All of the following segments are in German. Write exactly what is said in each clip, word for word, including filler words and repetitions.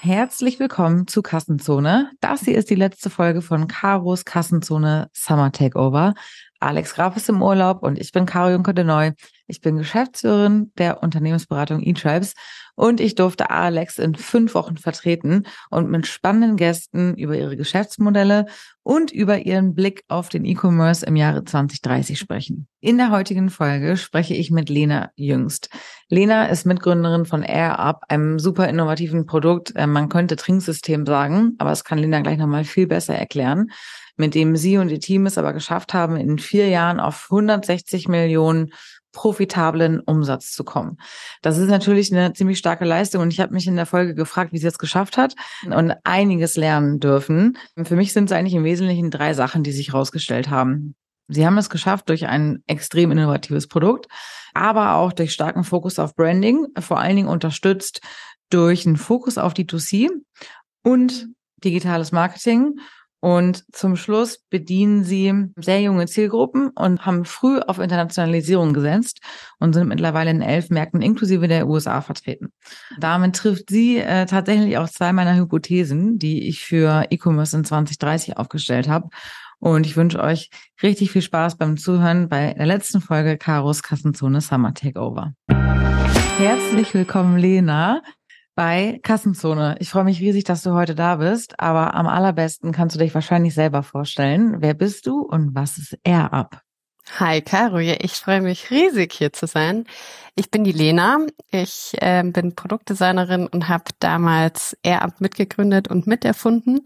Herzlich willkommen zu Kassenzone. Das hier ist die letzte Folge von Karos Kassenzone Summer Takeover. Alex Graf ist im Urlaub und ich bin Caro Juncker de Neu. Ich bin Geschäftsführerin der Unternehmensberatung eTribes und ich durfte Alex in fünf Wochen vertreten und mit spannenden Gästen über ihre Geschäftsmodelle und über ihren Blick auf den E-Commerce im Jahre zwanzig dreißig sprechen. In der heutigen Folge spreche ich mit Lena Jüngst. Lena ist Mitgründerin von AirUp, einem super innovativen Produkt. Man könnte Trinksystem sagen, aber das kann Lena gleich nochmal viel besser erklären, mit dem sie und ihr Team es aber geschafft haben, in vier Jahren auf hundertsechzig Millionen profitablen Umsatz zu kommen. Das ist natürlich eine ziemlich starke Leistung und ich habe mich in der Folge gefragt, wie sie es geschafft hat und einiges lernen dürfen. Für mich sind es eigentlich im Wesentlichen drei Sachen, die sich herausgestellt haben. Sie haben es geschafft durch ein extrem innovatives Produkt, aber auch durch starken Fokus auf Branding, vor allen Dingen unterstützt durch einen Fokus auf D zwei C und digitales Marketing. Und zum Schluss bedienen sie sehr junge Zielgruppen und haben früh auf Internationalisierung gesetzt und sind mittlerweile in elf Märkten inklusive der U S A vertreten. Damit trifft sie äh, tatsächlich auch zwei meiner Hypothesen, die ich für E-Commerce in zwanzig dreißig aufgestellt habe. Und ich wünsche euch richtig viel Spaß beim Zuhören bei der letzten Folge Karos Kassenzone Summer Takeover. Herzlich willkommen, Lena, bei Kassenzone. Ich freue mich riesig, dass du heute da bist, aber am allerbesten kannst du dich wahrscheinlich selber vorstellen. Wer bist du und was ist AirUp? Hi Caro, ja, ich freue mich riesig hier zu sein. Ich bin die Lena, ich äh, bin Produktdesignerin und habe damals AirUp mitgegründet und miterfunden.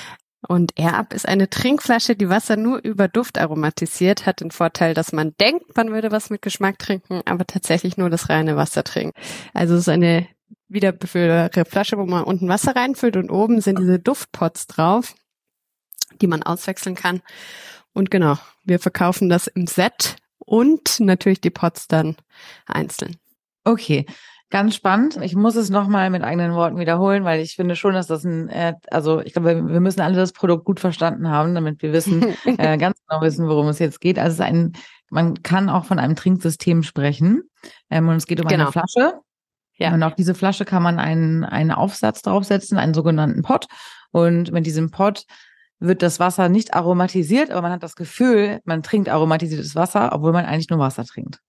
Und AirUp ist eine Trinkflasche, die Wasser nur über Duft aromatisiert, hat den Vorteil, dass man denkt, man würde was mit Geschmack trinken, aber tatsächlich nur das reine Wasser trinkt. Also es ist eine wiederbefüllbare Flasche, wo man unten Wasser reinfüllt und oben sind diese Duftpots drauf, die man auswechseln kann. Und genau, wir verkaufen das im Set und natürlich die Pots dann einzeln. Okay, ganz spannend. Ich muss es nochmal mit eigenen Worten wiederholen, weil ich finde schon, dass das ein, äh, also ich glaube, wir müssen alle das Produkt gut verstanden haben, damit wir wissen, äh, ganz genau wissen, worum es jetzt geht. Also es ist ein, man kann auch von einem Trinksystem sprechen ähm, und es geht um genau. eine Flasche. Ja. Und auf diese Flasche kann man einen, einen Aufsatz draufsetzen, einen sogenannten Pot. Und mit diesem Pot wird das Wasser nicht aromatisiert, aber man hat das Gefühl, man trinkt aromatisiertes Wasser, obwohl man eigentlich nur Wasser trinkt.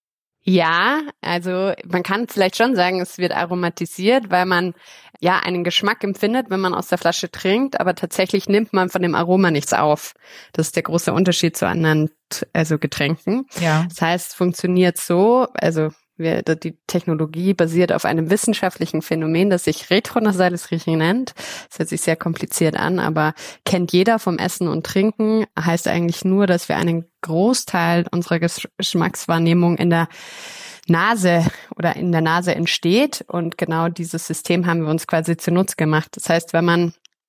Ja, also man kann vielleicht schon sagen, es wird aromatisiert, weil man ja einen Geschmack empfindet, wenn man aus der Flasche trinkt, aber tatsächlich nimmt man von dem Aroma nichts auf. Das ist der große Unterschied zu anderen also Getränken. Ja. Das heißt, funktioniert so, also Wir, die Technologie basiert auf einem wissenschaftlichen Phänomen, das sich retronasales Riechen nennt. Das hört sich sehr kompliziert an, aber kennt jeder vom Essen und Trinken. Heißt eigentlich nur, dass wir einen Großteil unserer Geschmackswahrnehmung in der Nase oder in der Nase entsteht. Und genau dieses System haben wir uns quasi zunutze gemacht. Das heißt, wenn man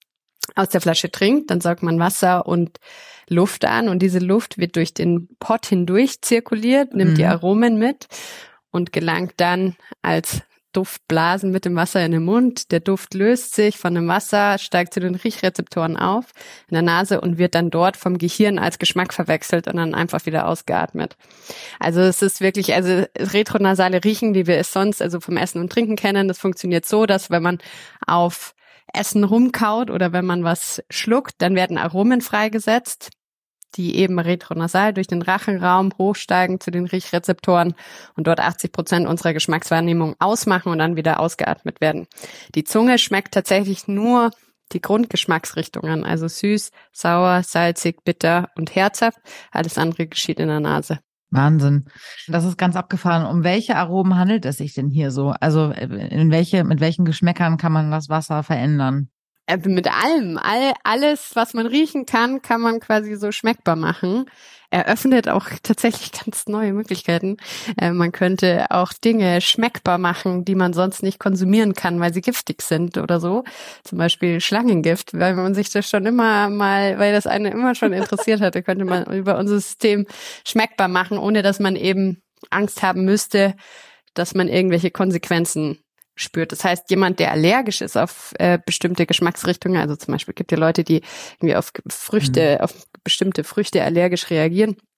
aus der Flasche trinkt, dann saugt man Wasser und Luft an und diese Luft wird durch den Pot hindurch zirkuliert, nimmt mhm. die Aromen mit und gelangt dann als Duftblasen mit dem Wasser in den Mund. Der Duft löst sich von dem Wasser, steigt zu den Riechrezeptoren auf in der Nase und wird dann dort vom Gehirn als Geschmack verwechselt und dann einfach wieder ausgeatmet. Also es ist wirklich, also retronasale Riechen, wie wir es sonst also vom Essen und Trinken kennen, das funktioniert so, dass wenn man auf Essen rumkaut oder wenn man was schluckt, dann werden Aromen freigesetzt, die eben retronasal durch den Rachenraum hochsteigen zu den Riechrezeptoren und dort achtzig Prozent unserer Geschmackswahrnehmung ausmachen und dann wieder ausgeatmet werden. Die Zunge schmeckt tatsächlich nur die Grundgeschmacksrichtungen, also süß, sauer, salzig, bitter und herzhaft. Alles andere geschieht in der Nase. Wahnsinn. Das ist ganz abgefahren. Um welche Aromen handelt es sich denn hier so? Also in welche, mit welchen Geschmäckern kann man das Wasser verändern? Mit allem, all, alles, was man riechen kann, kann man quasi so schmeckbar machen. Eröffnet auch tatsächlich ganz neue Möglichkeiten. Äh, man könnte auch Dinge schmeckbar machen, die man sonst nicht konsumieren kann, weil sie giftig sind oder so. Zum Beispiel Schlangengift, weil man sich das schon immer mal, weil das einen immer schon interessiert hatte, könnte man über unser System schmeckbar machen, ohne dass man eben Angst haben müsste, dass man irgendwelche Konsequenzen spürt. Das heißt, jemand, der allergisch ist auf äh, bestimmte Geschmacksrichtungen, also zum Beispiel gibt es ja Leute, die irgendwie auf Früchte, mhm. auf bestimmte Früchte allergisch reagieren,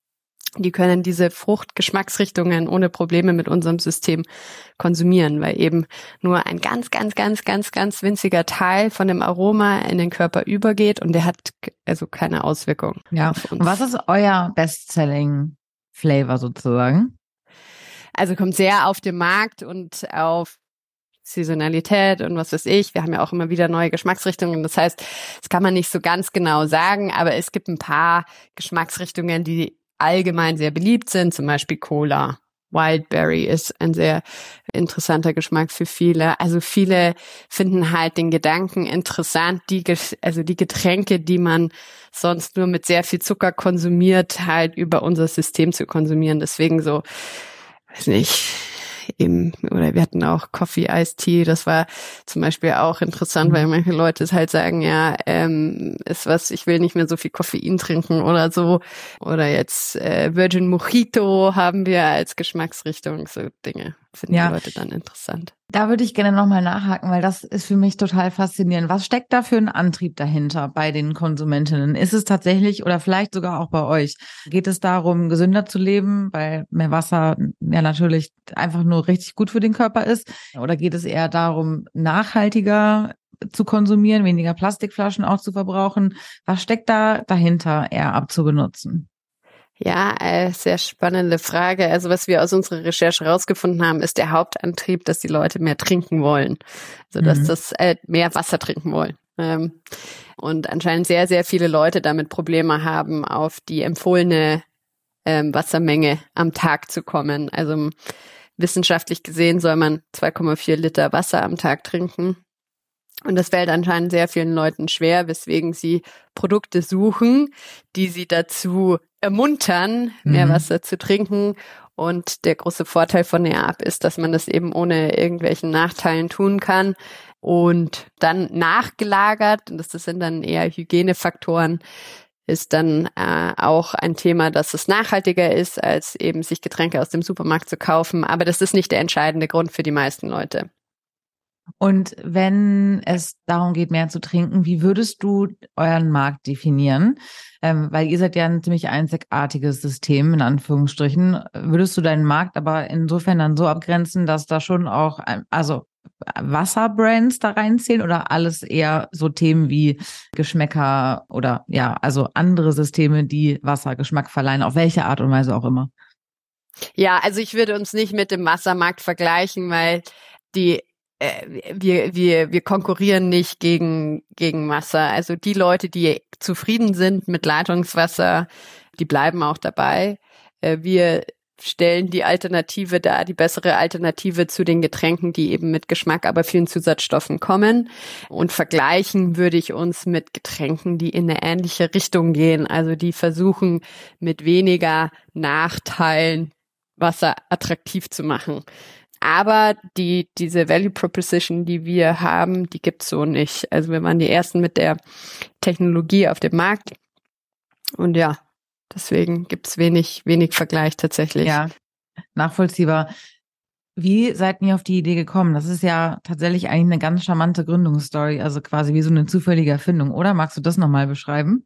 die können diese Fruchtgeschmacksrichtungen ohne Probleme mit unserem System konsumieren, weil eben nur ein ganz, ganz, ganz, ganz, ganz winziger Teil von dem Aroma in den Körper übergeht und der hat also keine Auswirkung ja. auf uns. Und was ist euer Best-Selling-Flavor sozusagen? Also kommt sehr auf den Markt und auf Saisonalität und was weiß ich. Wir haben ja auch immer wieder neue Geschmacksrichtungen. Das heißt, das kann man nicht so ganz genau sagen, aber es gibt ein paar Geschmacksrichtungen, die allgemein sehr beliebt sind, zum Beispiel Cola. Wildberry ist ein sehr interessanter Geschmack für viele. Also viele finden halt den Gedanken interessant, die, also die Getränke, die man sonst nur mit sehr viel Zucker konsumiert, halt über unser System zu konsumieren. Deswegen so, weiß nicht, eben, oder wir hatten auch Coffee Iced Tea, das war zum Beispiel auch interessant, weil manche Leute es halt sagen, ja, ähm, ist was, ich will nicht mehr so viel Koffein trinken oder so. Oder jetzt äh, Virgin Mojito haben wir als Geschmacksrichtung, so Dinge finden ja die Leute dann interessant. Da würde ich gerne nochmal nachhaken, weil das ist für mich total faszinierend. Was steckt da für ein Antrieb dahinter bei den Konsumentinnen? Ist es tatsächlich oder vielleicht sogar auch bei euch? Geht es darum, gesünder zu leben, weil mehr Wasser ja natürlich einfach nur richtig gut für den Körper ist? Oder geht es eher darum, nachhaltiger zu konsumieren, weniger Plastikflaschen auch zu verbrauchen? Was steckt da dahinter, eher abzubenutzen? Ja, äh, sehr spannende Frage. Also was wir aus unserer Recherche rausgefunden haben, ist der Hauptantrieb, dass die Leute mehr trinken wollen. Also dass mhm. das äh, mehr Wasser trinken wollen. Ähm, und anscheinend sehr, sehr viele Leute damit Probleme haben, auf die empfohlene ähm, Wassermenge am Tag zu kommen. Also wissenschaftlich gesehen soll man zwei Komma vier Liter Wasser am Tag trinken. Und das fällt anscheinend sehr vielen Leuten schwer, weswegen sie Produkte suchen, die sie dazu ermuntern, mehr mhm. Wasser zu trinken. Und der große Vorteil von der App ist, dass man das eben ohne irgendwelchen Nachteilen tun kann. Und dann nachgelagert, und das sind dann eher Hygienefaktoren, ist dann äh, auch ein Thema, dass es nachhaltiger ist, als eben sich Getränke aus dem Supermarkt zu kaufen. Aber das ist nicht der entscheidende Grund für die meisten Leute. Und wenn es darum geht, mehr zu trinken, wie würdest du euren Markt definieren? Ähm, weil ihr seid ja ein ziemlich einzigartiges System, in Anführungsstrichen. Würdest du deinen Markt aber insofern dann so abgrenzen, dass da schon auch, also Wasserbrands da reinzählen oder alles eher so Themen wie Geschmäcker oder ja, also andere Systeme, die Wassergeschmack verleihen, auf welche Art und Weise auch immer? Ja, also ich würde uns nicht mit dem Wassermarkt vergleichen, weil die wir wir wir konkurrieren nicht gegen gegen Wasser. Also die Leute, die zufrieden sind mit Leitungswasser, die bleiben auch dabei. Wir stellen die Alternative dar, die bessere Alternative zu den Getränken, die eben mit Geschmack, aber vielen Zusatzstoffen kommen. Und vergleichen würde ich uns mit Getränken, die in eine ähnliche Richtung gehen. Also die versuchen, mit weniger Nachteilen Wasser attraktiv zu machen. Aber die diese Value Proposition, die wir haben, die gibt's so nicht. Also wir waren die Ersten mit der Technologie auf dem Markt. Und ja, deswegen gibt's wenig wenig Vergleich tatsächlich. Ja, nachvollziehbar. Wie seid ihr auf die Idee gekommen? Das ist ja tatsächlich eigentlich eine ganz charmante Gründungsstory, also quasi wie so eine zufällige Erfindung, oder? Magst du das nochmal beschreiben?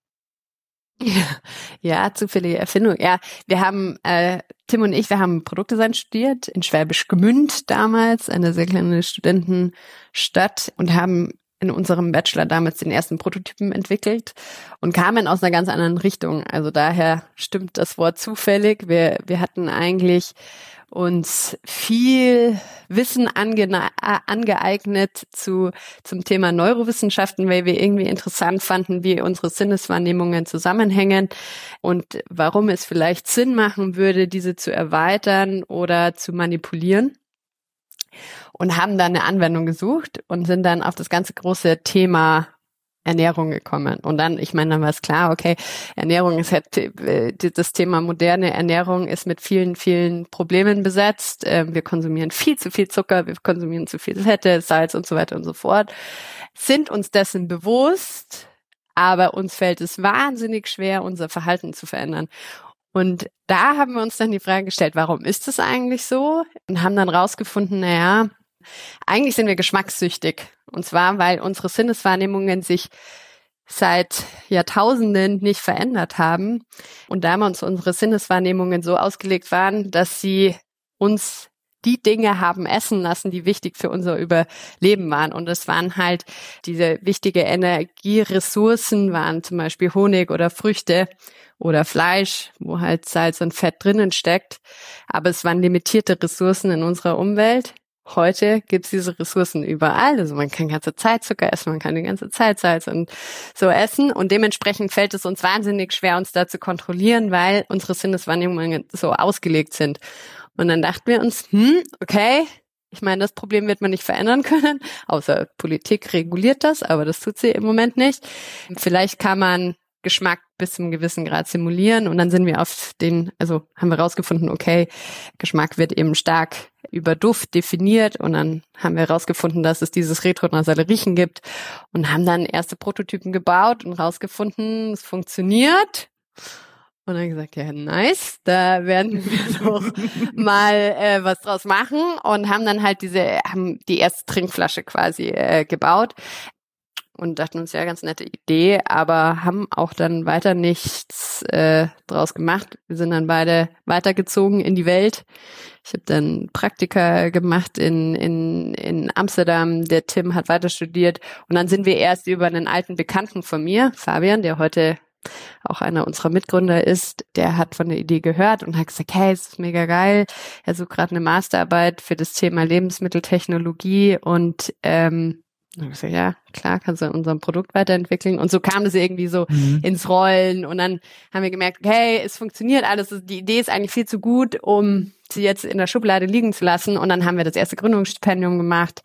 Ja, ja, zufällige Erfindung. Ja, wir haben, äh, Tim und ich, wir haben Produktdesign studiert in Schwäbisch Gmünd damals, eine sehr kleine Studentenstadt, und haben in unserem Bachelor damals den ersten Prototypen entwickelt und kamen aus einer ganz anderen Richtung. Also daher stimmt das Wort zufällig. Wir, wir hatten eigentlich uns viel Wissen ange- angeeignet zu zum Thema Neurowissenschaften, weil wir irgendwie interessant fanden, wie unsere Sinneswahrnehmungen zusammenhängen und warum es vielleicht Sinn machen würde, diese zu erweitern oder zu manipulieren. Und haben dann eine Anwendung gesucht und sind dann auf das ganze große Thema Ernährung gekommen. Und dann, ich meine, dann war es klar, okay, Ernährung ist halt, das Thema moderne Ernährung ist mit vielen, vielen Problemen besetzt. Wir konsumieren viel zu viel Zucker, wir konsumieren zu viel Fette, Salz und so weiter und so fort. Sind uns dessen bewusst, aber uns fällt es wahnsinnig schwer, unser Verhalten zu verändern. Und da haben wir uns dann die Frage gestellt, warum ist das eigentlich so? Und haben dann rausgefunden, naja, eigentlich sind wir geschmackssüchtig. Und zwar, weil unsere Sinneswahrnehmungen sich seit Jahrtausenden nicht verändert haben und damals unsere Sinneswahrnehmungen so ausgelegt waren, dass sie uns die Dinge haben essen lassen, die wichtig für unser Überleben waren. Und es waren halt diese wichtige Energieressourcen, waren zum Beispiel Honig oder Früchte oder Fleisch, wo halt Salz und Fett drinnen steckt. Aber es waren limitierte Ressourcen in unserer Umwelt. Heute gibt's diese Ressourcen überall. Also man kann ganze Zeit Zucker essen, man kann die ganze Zeit Salz und so essen. Und dementsprechend fällt es uns wahnsinnig schwer, uns da zu kontrollieren, weil unsere Sinneswahrnehmungen so ausgelegt sind. Und dann dachten wir uns, hm, okay, ich meine, das Problem wird man nicht verändern können, außer Politik reguliert das, aber das tut sie im Moment nicht. Vielleicht kann man Geschmack bis zu einem gewissen Grad simulieren und dann sind wir auf den, also haben wir rausgefunden, okay, Geschmack wird eben stark über Duft definiert und dann haben wir rausgefunden, dass es dieses retronasale Riechen gibt und haben dann erste Prototypen gebaut und rausgefunden, es funktioniert. Und dann gesagt, ja, nice, da werden wir doch mal äh, was draus machen und haben dann halt diese, haben die erste Trinkflasche quasi äh, gebaut und dachten uns, ja, ganz nette Idee, aber haben auch dann weiter nichts äh, draus gemacht. Wir sind dann beide weitergezogen in die Welt. Ich habe dann Praktika gemacht in in in Amsterdam, der Tim hat weiter studiert und dann sind wir erst über einen alten Bekannten von mir, Fabian, der heute auch einer unserer Mitgründer ist, der hat von der Idee gehört und hat gesagt, hey, es ist mega geil. Er sucht gerade eine Masterarbeit für das Thema Lebensmitteltechnologie und ähm, dann hab ich gesagt, ja, klar, kannst du unser Produkt weiterentwickeln. Und so kam das irgendwie so mhm. ins Rollen und dann haben wir gemerkt, okay, es funktioniert alles, die Idee ist eigentlich viel zu gut, um sie jetzt in der Schublade liegen zu lassen. Und dann haben wir das erste Gründungsstipendium gemacht.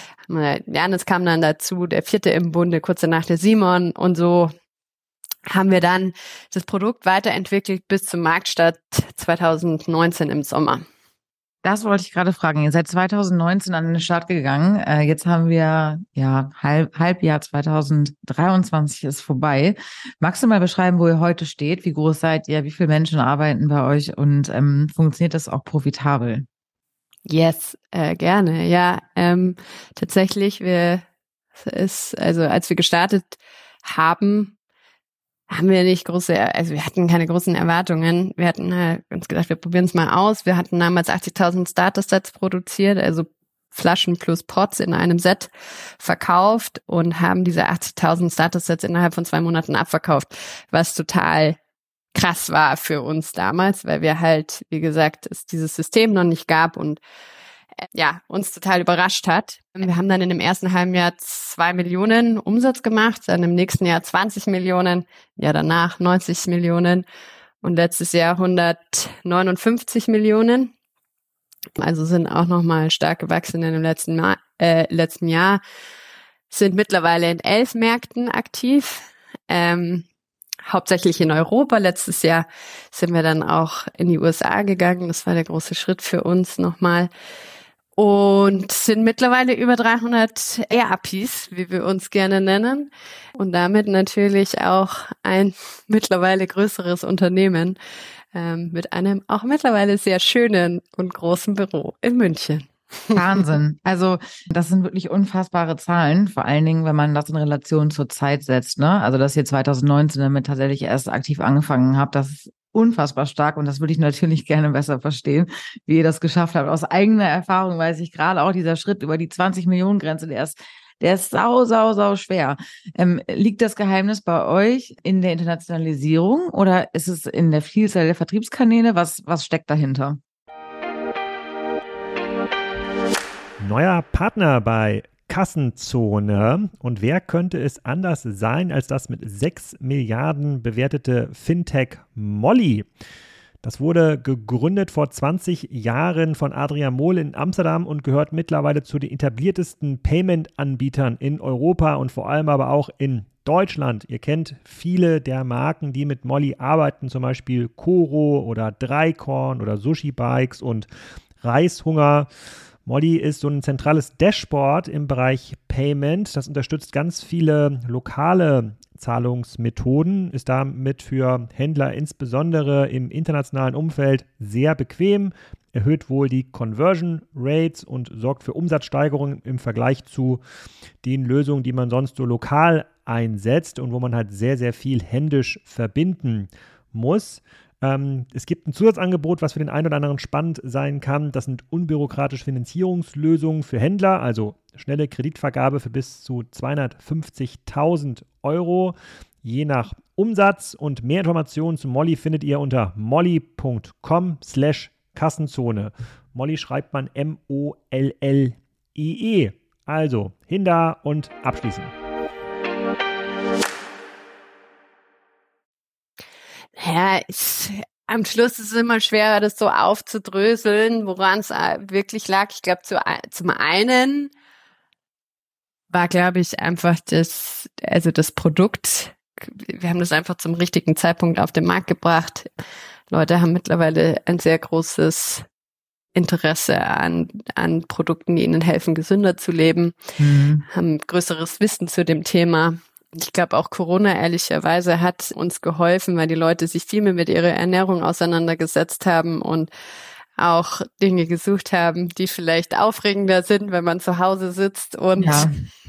Janis kam dann dazu, der vierte im Bunde, kurz danach der Simon und so haben wir dann das Produkt weiterentwickelt bis zum Marktstart zwanzig neunzehn im Sommer. Das wollte ich gerade fragen. Ihr seid zwanzig neunzehn an den Start gegangen. Äh, jetzt haben wir ja halb, Halbjahr zwanzig dreiundzwanzig ist vorbei. Magst du mal beschreiben, wo ihr heute steht? Wie groß seid ihr? Wie viele Menschen arbeiten bei euch? Und ähm, funktioniert das auch profitabel? Yes, äh, gerne. Ja, ähm, tatsächlich, wir ist also als wir gestartet haben, haben wir nicht große, also wir hatten keine großen Erwartungen. Wir hatten halt uns gedacht, wir probieren es mal aus. Wir hatten damals achtzigtausend Starter-Sets produziert, also Flaschen plus Pots in einem Set verkauft und haben diese achtzigtausend Starter-Sets innerhalb von zwei Monaten abverkauft, was total krass war für uns damals, weil wir halt, wie gesagt, es dieses System noch nicht gab und ja, uns total überrascht hat. Wir haben dann in dem ersten halben Jahr zwei Millionen Umsatz gemacht, dann im nächsten Jahr zwanzig Millionen, ja danach neunzig Millionen und letztes Jahr hundertneunundfünfzig Millionen. Also sind auch nochmal stark gewachsen in dem letzten, Ma- äh, letzten Jahr, sind mittlerweile in elf Märkten aktiv, ähm, hauptsächlich in Europa. Letztes Jahr sind wir dann auch in die U S A gegangen, das war der große Schritt für uns nochmal. Und sind mittlerweile über dreihundert E R Ps, wie wir uns gerne nennen. Und damit natürlich auch ein mittlerweile größeres Unternehmen ähm, mit einem auch mittlerweile sehr schönen und großen Büro in München. Wahnsinn. Also das sind wirklich unfassbare Zahlen, vor allen Dingen, wenn man das in Relation zur Zeit setzt, ne? Also dass ihr zwanzig neunzehn damit tatsächlich erst aktiv angefangen habt, das ist unfassbar stark und das würde ich natürlich gerne besser verstehen, wie ihr das geschafft habt. Aus eigener Erfahrung weiß ich gerade auch, dieser Schritt über die zwanzig Millionen Grenze, der ist, der ist sau, sau, sau schwer. Ähm, liegt das Geheimnis bei euch in der Internationalisierung oder ist es in der Vielzahl der Vertriebskanäle? Was, was steckt dahinter? Neuer Partner bei Kassenzone. Und wer könnte es anders sein als das mit sechs Milliarden bewertete Fintech Molly? Das wurde gegründet vor zwanzig Jahren von Adrian Mohl in Amsterdam und gehört mittlerweile zu den etabliertesten Payment-Anbietern in Europa und vor allem aber auch in Deutschland. Ihr kennt viele der Marken, die mit Molly arbeiten, zum Beispiel Koro oder Dreikorn oder Sushi Bikes und Reishunger. Molly ist so ein zentrales Dashboard im Bereich Payment. Das unterstützt ganz viele lokale Zahlungsmethoden, ist damit für Händler insbesondere im internationalen Umfeld sehr bequem, erhöht wohl die Conversion Rates und sorgt für Umsatzsteigerungen im Vergleich zu den Lösungen, die man sonst so lokal einsetzt und wo man halt sehr, sehr viel händisch verbinden muss. Ähm, es gibt ein Zusatzangebot, was für den einen oder anderen spannend sein kann. Das sind unbürokratische Finanzierungslösungen für Händler, also schnelle Kreditvergabe für bis zu zweihundertfünfzigtausend Euro, je nach Umsatz. Und mehr Informationen zu Molly findet ihr unter molly.com slash Kassenzone. Molly schreibt man M O L L I E. Also, hin da und abschließen. Ja, ich, am Schluss ist es immer schwerer, das so aufzudröseln, woran es wirklich lag. Ich glaube, zu, zum einen war, glaube ich, einfach das, also das Produkt. Wir haben das einfach zum richtigen Zeitpunkt auf den Markt gebracht. Leute haben mittlerweile ein sehr großes Interesse an, an Produkten, die ihnen helfen, gesünder zu leben, mhm. haben größeres Wissen zu dem Thema. Ich glaube, auch Corona ehrlicherweise hat uns geholfen, weil die Leute sich viel mehr mit ihrer Ernährung auseinandergesetzt haben und auch Dinge gesucht haben, die vielleicht aufregender sind, wenn man zu Hause sitzt und ja.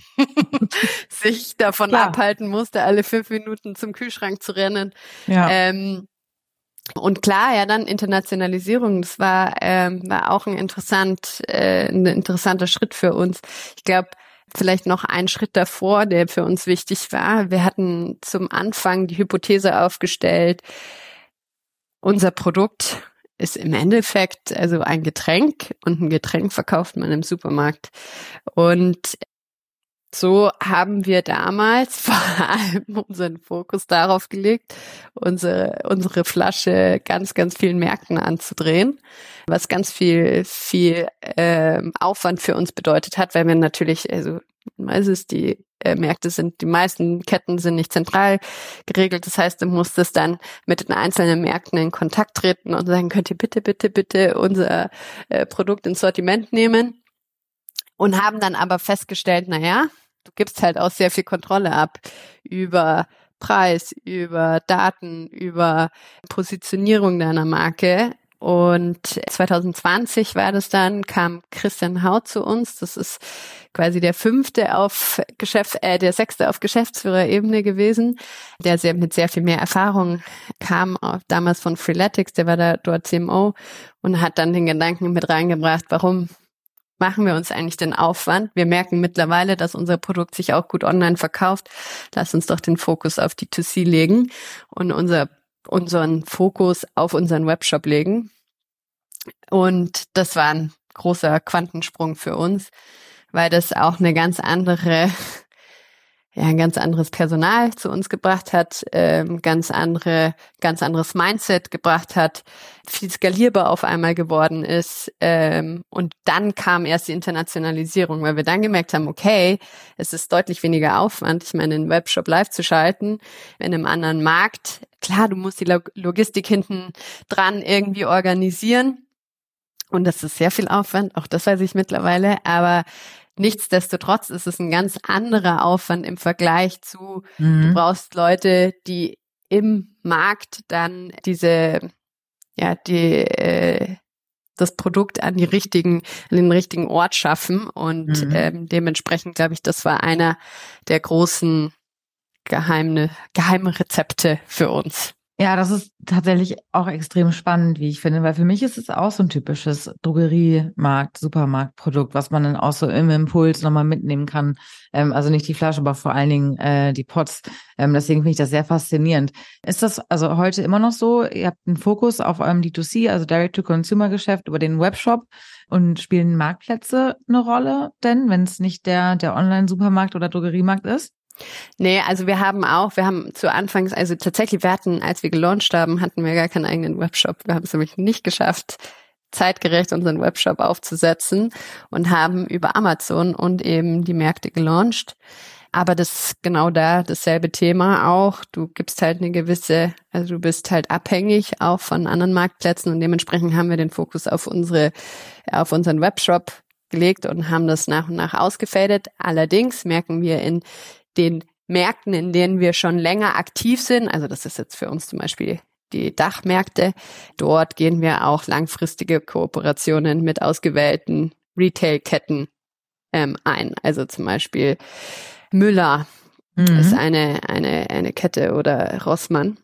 sich davon Klar. abhalten musste, alle fünf Minuten zum Kühlschrank zu rennen. Ja. Ähm, und klar, ja, dann Internationalisierung, das war, ähm, war auch ein interessant, äh, ein interessanter Schritt für uns. Ich glaube, vielleicht noch einen Schritt davor, der für uns wichtig war. Wir hatten zum Anfang die Hypothese aufgestellt, unser Produkt ist im Endeffekt also ein Getränk und ein Getränk verkauft man im Supermarkt. Und so haben wir damals vor allem unseren Fokus darauf gelegt, unsere, unsere Flasche ganz, ganz vielen Märkten anzudrehen, was ganz viel, viel äh, Aufwand für uns bedeutet hat, weil wir natürlich, also weiß es, die äh, Märkte sind, die meisten Ketten sind nicht zentral geregelt. Das heißt, du musst es dann mit den einzelnen Märkten in Kontakt treten und sagen, könnt ihr bitte, bitte, bitte unser äh, Produkt ins Sortiment nehmen? Und haben dann aber festgestellt, naja, du gibst halt auch sehr viel Kontrolle ab über Preis, über Daten, über Positionierung deiner Marke. Und zwanzig zwanzig war das dann, kam Christian Haut zu uns. Das ist quasi der fünfte auf Geschäft, äh, der sechste auf Geschäftsführerebene gewesen, der sehr, mit sehr viel mehr Erfahrung kam, auch damals von Freeletics, der war da dort C M O und hat dann den Gedanken mit reingebracht, warum machen wir uns eigentlich den Aufwand? Wir merken mittlerweile, dass unser Produkt sich auch gut online verkauft. Lass uns doch den Fokus auf D zwei C legen und unser, unseren Fokus auf unseren Webshop legen. Und das war ein großer Quantensprung für uns, weil das auch eine ganz andere, ja, ein ganz anderes Personal zu uns gebracht hat, ähm, ganz andere, ganz anderes Mindset gebracht hat, viel skalierbar auf einmal geworden ist. Ähm, und dann kam erst die Internationalisierung, weil wir dann gemerkt haben, okay, es ist deutlich weniger Aufwand. Ich meine, einen Webshop live zu schalten in einem anderen Markt. Klar, du musst die Log- Logistik hinten dran irgendwie organisieren. Und das ist sehr viel Aufwand, auch das weiß ich mittlerweile, aber nichtsdestotrotz ist es ein ganz anderer Aufwand im Vergleich zu, mhm. du brauchst Leute, die im Markt dann diese, ja, die, äh, das Produkt an die richtigen, an den richtigen Ort schaffen und mhm. ähm, dementsprechend glaube ich, das war einer der großen geheime, geheime Rezepte für uns. Ja, das ist tatsächlich auch extrem spannend, wie ich finde, weil für mich ist es auch so ein typisches Drogeriemarkt, Supermarktprodukt, was man dann auch so im Impuls nochmal mitnehmen kann. Ähm, also nicht die Flasche, aber vor allen Dingen äh, die Pots. Ähm, deswegen finde ich das sehr faszinierend. Ist das also heute immer noch so? Ihr habt einen Fokus auf eurem D zwei C, also Direct-to-Consumer-Geschäft über den Webshop und spielen Marktplätze eine Rolle denn, wenn es nicht der, der Online-Supermarkt oder Drogeriemarkt ist? Nee, also wir haben auch, wir haben zu Anfangs, also tatsächlich, wir hatten, als wir gelauncht haben, hatten wir gar keinen eigenen Webshop. Wir haben es nämlich nicht geschafft, zeitgerecht unseren Webshop aufzusetzen und haben über Amazon und eben die Märkte gelauncht. Aber das ist genau da dasselbe Thema auch. Du gibst halt eine gewisse, also du bist halt abhängig auch von anderen Marktplätzen und dementsprechend haben wir den Fokus auf unsere, auf unseren Webshop gelegt und haben das nach und nach ausgefadet. Allerdings merken wir in den Märkten, in denen wir schon länger aktiv sind, also das ist jetzt für uns zum Beispiel die Dachmärkte, dort gehen wir auch langfristige Kooperationen mit ausgewählten Retail-Ketten ähm, ein. Also zum Beispiel Müller mhm. ist eine, eine, eine Kette oder Rossmann,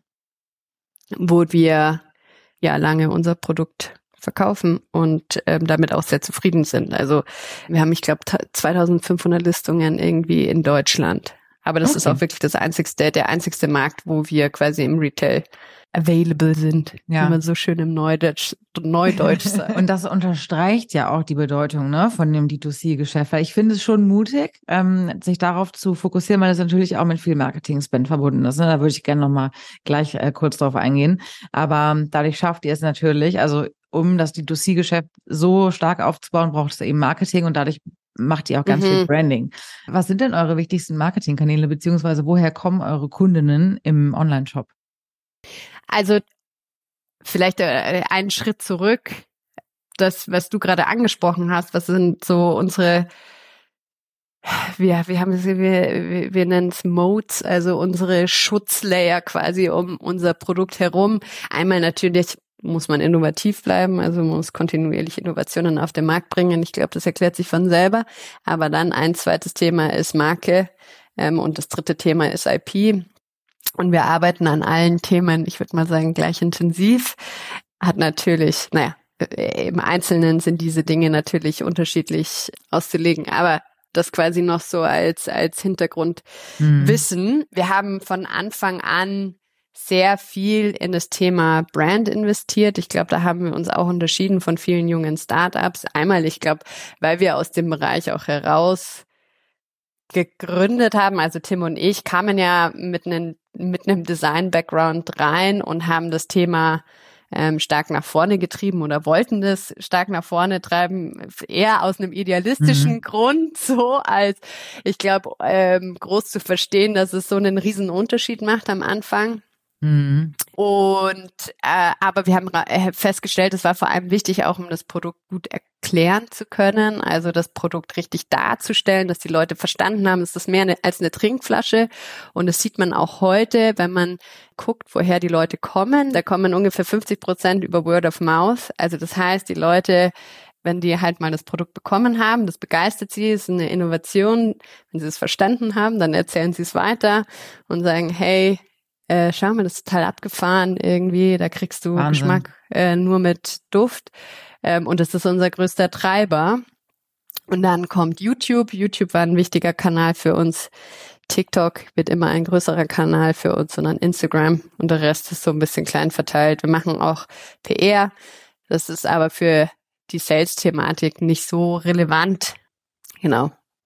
wo wir ja lange unser Produkt verkaufen und ähm, damit auch sehr zufrieden sind. Also wir haben, ich glaube, zweitausendfünfhundert Listungen irgendwie in Deutschland. Aber das okay. ist auch wirklich das einzigste, der einzigste Markt, wo wir quasi im Retail available sind, ja. wie man so schön im Neudeutsch, Neudeutsch sagt. Und das unterstreicht ja auch die Bedeutung, ne, von dem D zwei C-Geschäft. Weil ich finde es schon mutig, ähm, sich darauf zu fokussieren, weil es natürlich auch mit viel Marketing-Spend verbunden ist. Ne? Da würde ich gerne nochmal gleich äh, kurz drauf eingehen. Aber dadurch schafft ihr es natürlich, also um das D zwei C-Geschäft so stark aufzubauen, braucht es eben Marketing und dadurch macht ihr auch ganz mhm. viel Branding. Was sind denn eure wichtigsten Marketingkanäle, beziehungsweise woher kommen eure Kundinnen im Online-Shop? Also vielleicht äh, einen Schritt zurück, das, was du gerade angesprochen hast, was sind so unsere, wir, wir haben, wir, wir, wir nennen es Moats, also unsere Schutzlayer quasi um unser Produkt herum. Einmal natürlich muss man innovativ bleiben, also man muss kontinuierlich Innovationen auf den Markt bringen. Ich glaube, das erklärt sich von selber. Aber dann ein zweites Thema ist Marke ähm, und das dritte Thema ist I P. Und wir arbeiten an allen Themen, ich würde mal sagen, gleich intensiv. Hat natürlich, naja, im Einzelnen sind diese Dinge natürlich unterschiedlich auszulegen, aber das quasi noch so als als Hintergrundwissen. Mhm. Wir haben von Anfang an sehr viel in das Thema Brand investiert. Ich glaube, da haben wir uns auch unterschieden von vielen jungen Startups. Einmal, ich glaube, weil wir aus dem Bereich auch heraus gegründet haben, also Tim und ich kamen ja mit einem mit einem Design-Background rein und haben das Thema ähm, stark nach vorne getrieben oder wollten das stark nach vorne treiben, eher aus einem idealistischen mhm. Grund, so als, ich glaube, ähm, groß zu verstehen, dass es so einen riesen Unterschied macht am Anfang. Mhm. Und äh, aber wir haben äh, festgestellt, es war vor allem wichtig, auch um das Produkt gut erklären zu können, also das Produkt richtig darzustellen, dass die Leute verstanden haben, es ist mehr eine, als eine Trinkflasche. Und das sieht man auch heute, wenn man guckt, woher die Leute kommen. Da kommen ungefähr fünfzig Prozent über Word of Mouth. Also das heißt, die Leute, wenn die halt mal das Produkt bekommen haben, das begeistert sie, ist eine Innovation. Wenn sie es verstanden haben, dann erzählen sie es weiter und sagen, hey, Äh, schau mal, das ist total abgefahren irgendwie, da kriegst du Wahnsinn. Geschmack äh, nur mit Duft ähm, und das ist unser größter Treiber. Und dann kommt YouTube. YouTube war ein wichtiger Kanal für uns. TikTok wird immer ein größerer Kanal für uns, sondern Instagram und der Rest ist so ein bisschen klein verteilt. Wir machen auch P R, das ist aber für die Sales-Thematik nicht so relevant. Genau.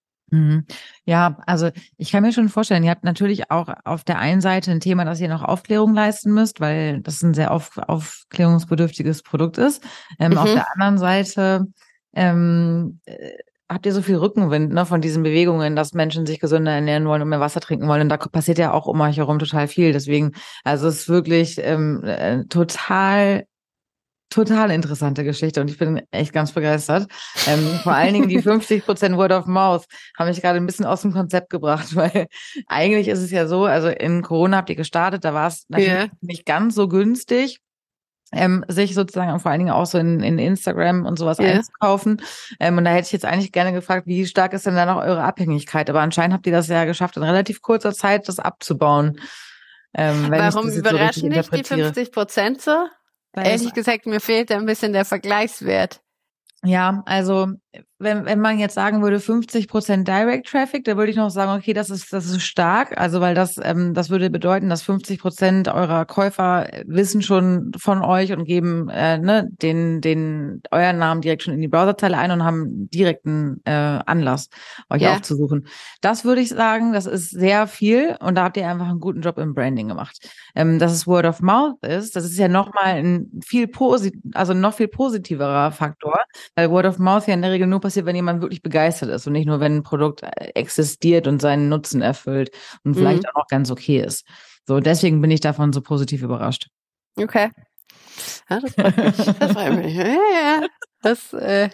Ja, also ich kann mir schon vorstellen, ihr habt natürlich auch auf der einen Seite ein Thema, dass ihr noch Aufklärung leisten müsst, weil das ein sehr auf, aufklärungsbedürftiges Produkt ist. Ähm, mhm. Auf der anderen Seite ähm, habt ihr so viel Rückenwind, ne, von diesen Bewegungen, dass Menschen sich gesünder ernähren wollen und mehr Wasser trinken wollen. Und da passiert ja auch um euch herum total viel. Deswegen, also es ist wirklich ähm, äh, total Total interessante Geschichte und ich bin echt ganz begeistert. Ähm, vor allen Dingen die fünfzig Prozent Word of Mouth haben mich gerade ein bisschen aus dem Konzept gebracht, weil eigentlich ist es ja so, also in Corona habt ihr gestartet, da war es natürlich yeah. nicht ganz so günstig, ähm, sich sozusagen vor allen Dingen auch so in, in Instagram und sowas yeah. einzukaufen. Ähm, und da hätte ich jetzt eigentlich gerne gefragt, wie stark ist denn da noch eure Abhängigkeit? Aber anscheinend habt ihr das ja geschafft, in relativ kurzer Zeit das abzubauen. Ähm, wenn Warum ich das überraschen so dich die fünfzig Prozent so? Ehrlich gesagt, mir fehlt ein bisschen der Vergleichswert. Ja, also wenn, wenn man jetzt sagen würde fünfzig Prozent Direct Traffic, da würde ich noch sagen, okay, das ist das ist stark, also weil das ähm, das würde bedeuten, dass fünfzig Prozent eurer Käufer wissen schon von euch und geben äh, ne den den euren Namen direkt schon in die Browserzeile ein und haben direkten äh, Anlass, euch yeah. aufzusuchen. Das würde ich sagen, das ist sehr viel und da habt ihr einfach einen guten Job im Branding gemacht. Ähm, dass es Word of Mouth ist, das ist ja nochmal ein viel posit also noch viel positiverer Faktor, weil Word of Mouth ja in der Regel nur passiert, wenn jemand wirklich begeistert ist und nicht nur, wenn ein Produkt existiert und seinen Nutzen erfüllt und vielleicht mhm. auch noch ganz okay ist. So, deswegen bin ich davon so positiv überrascht. Okay. Ja, das freut mich. Das freut mich. Ja, ja. Das, äh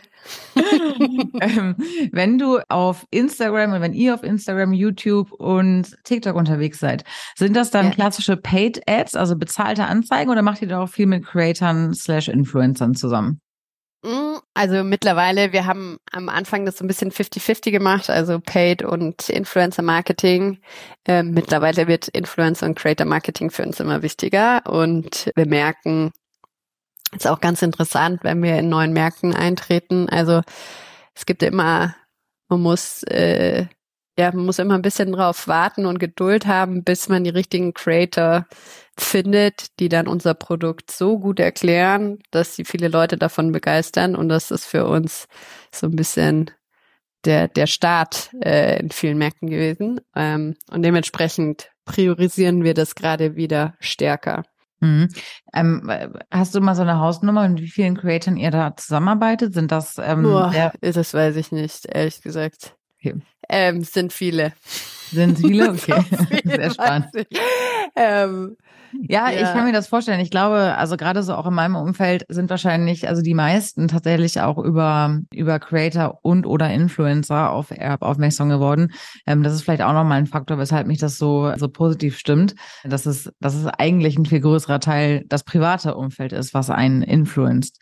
ähm, wenn du auf Instagram und wenn ihr auf Instagram, YouTube und TikTok unterwegs seid, sind das dann Ja. klassische Paid Ads, also bezahlte Anzeigen, oder macht ihr da auch viel mit Creatern slash Influencern zusammen? Also mittlerweile, wir haben am Anfang das so ein bisschen fifty fifty gemacht, also Paid und Influencer Marketing. Ähm, mittlerweile wird Influencer und Creator Marketing für uns immer wichtiger und wir merken, ist auch ganz interessant, wenn wir in neuen Märkten eintreten. Also es gibt immer, man muss äh, ja, man muss immer ein bisschen drauf warten und Geduld haben, bis man die richtigen Creator findet, die dann unser Produkt so gut erklären, dass sie viele Leute davon begeistern. Und das ist für uns so ein bisschen der der Start äh, in vielen Märkten gewesen. Ähm, und dementsprechend priorisieren wir das gerade wieder stärker. Mhm. Ähm, hast du mal so eine Hausnummer, mit wie vielen Creatoren ihr da zusammenarbeitet? Sind das ähm, Boah, sehr, das weiß ich nicht, ehrlich gesagt. okay. Ähm, sind viele. Sind viele? Okay, So viele sehr spannend. weiß ich. Ähm, Ja, Ja. ich kann mir das vorstellen. Ich glaube, also gerade so auch in meinem Umfeld sind wahrscheinlich, also die meisten tatsächlich auch über über Creator und oder Influencer auf Erb aufmerksam geworden. Ähm, das ist vielleicht auch nochmal ein Faktor, weshalb mich das so so positiv stimmt. Dass es, dass es eigentlich ein viel größerer Teil das private Umfeld ist, was einen influenzt.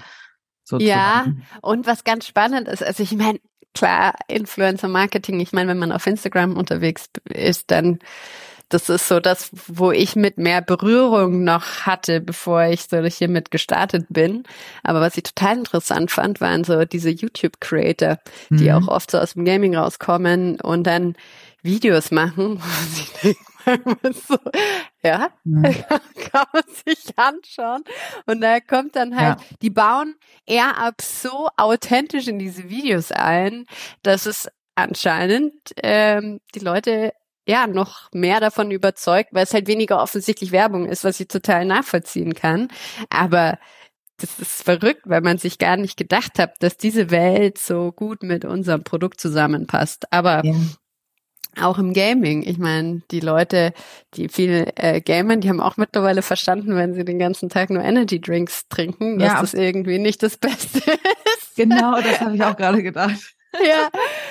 Ja, sozusagen. und was ganz spannend ist, also ich meine, klar, Influencer-Marketing, ich meine, wenn man auf Instagram unterwegs ist, dann das ist so das, wo ich mit mehr Berührung noch hatte, bevor ich so hiermit gestartet bin. Aber was ich total interessant fand, waren so diese YouTube-Creator, die Mhm. auch oft so aus dem Gaming rauskommen und dann Videos machen, wo sie denken, manchmal so, ja, Mhm. kann man sich anschauen. Und da kommt dann halt, Ja. die bauen eher ab so authentisch in diese Videos ein, dass es anscheinend ähm, die Leute ja noch mehr davon überzeugt, weil es halt weniger offensichtlich Werbung ist, was ich total nachvollziehen kann. Aber das ist verrückt, weil man sich gar nicht gedacht hat, dass diese Welt so gut mit unserem Produkt zusammenpasst. Aber Ja. auch im Gaming. Ich meine, die Leute, die viel äh, gamen, die haben auch mittlerweile verstanden, wenn sie den ganzen Tag nur Energy Drinks trinken, dass Ja. das irgendwie nicht das Beste ist. Genau, das habe ich auch gerade gedacht. Ja.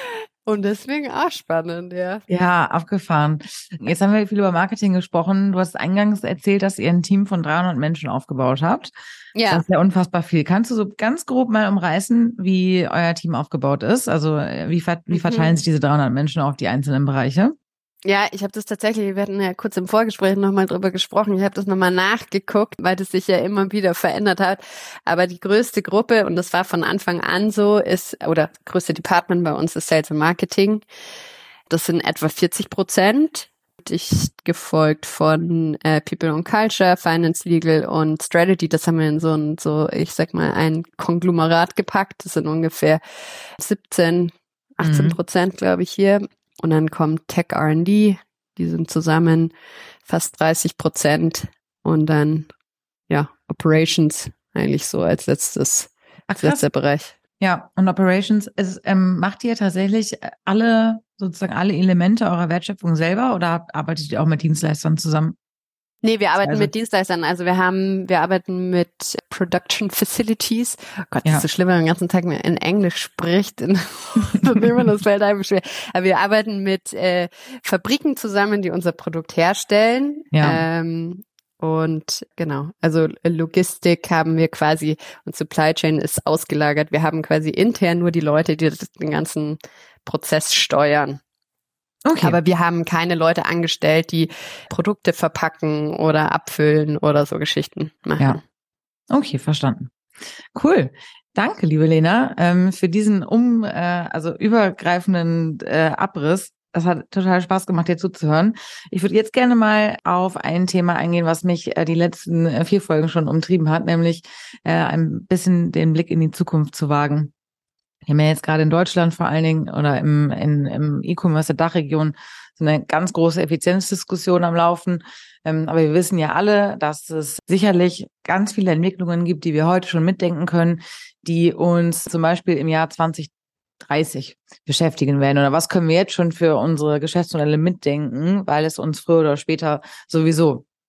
Und deswegen auch spannend, ja. Ja, abgefahren. Jetzt haben wir viel über Marketing gesprochen. Du hast eingangs erzählt, dass ihr ein Team von dreihundert Menschen aufgebaut habt. Ja. Das ist ja unfassbar viel. Kannst du so ganz grob mal umreißen, wie euer Team aufgebaut ist? Also wie, ver wie verteilen Mhm. sich diese dreihundert Menschen auf die einzelnen Bereiche? Ja, ich habe das tatsächlich, wir hatten ja kurz im Vorgespräch nochmal drüber gesprochen, ich habe das nochmal nachgeguckt, weil das sich ja immer wieder verändert hat. Aber die größte Gruppe, und das war von Anfang an so, ist, oder größte Department bei uns ist Sales und Marketing. Das sind etwa vierzig Prozent. Dicht gefolgt von äh, People and Culture, Finance, Legal und Strategy. Das haben wir in so ein, so, ich sag mal, ein Konglomerat gepackt. Das sind ungefähr siebzehn, achtzehn Prozent, glaube ich, hier. Und dann kommt Tech R and D, die sind zusammen fast dreißig Prozent. Und dann, ja, Operations eigentlich so als letztes, Ach, als letzter Bereich. Ja, und Operations, ist, ähm, macht ihr tatsächlich alle, sozusagen alle Elemente eurer Wertschöpfung selber oder arbeitet ihr auch mit Dienstleistern zusammen? Nee, wir arbeiten Also- mit Dienstleistern. Also wir haben, wir arbeiten mit Production Facilities. Oh Gott, das Ja. ist so schlimm, wenn man den ganzen Tag mehr in Englisch spricht. Dann nehmen wir das fällt einem schwer. Aber wir arbeiten mit äh, Fabriken zusammen, die unser Produkt herstellen. Ja. Ähm, und genau, also Logistik haben wir quasi und Supply Chain ist ausgelagert. Wir haben quasi intern nur die Leute, die das, den ganzen Prozess steuern. Okay. Aber wir haben keine Leute angestellt, die Produkte verpacken oder abfüllen oder so Geschichten machen. Ja. Okay, verstanden. Cool. Danke, liebe Lena, ähm, für diesen um, äh, also übergreifenden äh, Abriss. Das hat total Spaß gemacht, dir zuzuhören. Ich würde jetzt gerne mal auf ein Thema eingehen, was mich äh, die letzten äh, vier Folgen schon umtrieben hat, nämlich äh, ein bisschen den Blick in die Zukunft zu wagen. Wir haben ja jetzt gerade in Deutschland vor allen Dingen oder im, in, im E-Commerce der Dachregion so eine ganz große Effizienzdiskussion am Laufen. Ähm, aber wir wissen ja alle, dass es sicherlich ganz viele Entwicklungen gibt, die wir heute schon mitdenken können, die uns zum Beispiel im Jahr zwanzig dreißig beschäftigen werden. Oder was können wir jetzt schon für unsere Geschäftsmodelle mitdenken, weil es uns früher oder später sowieso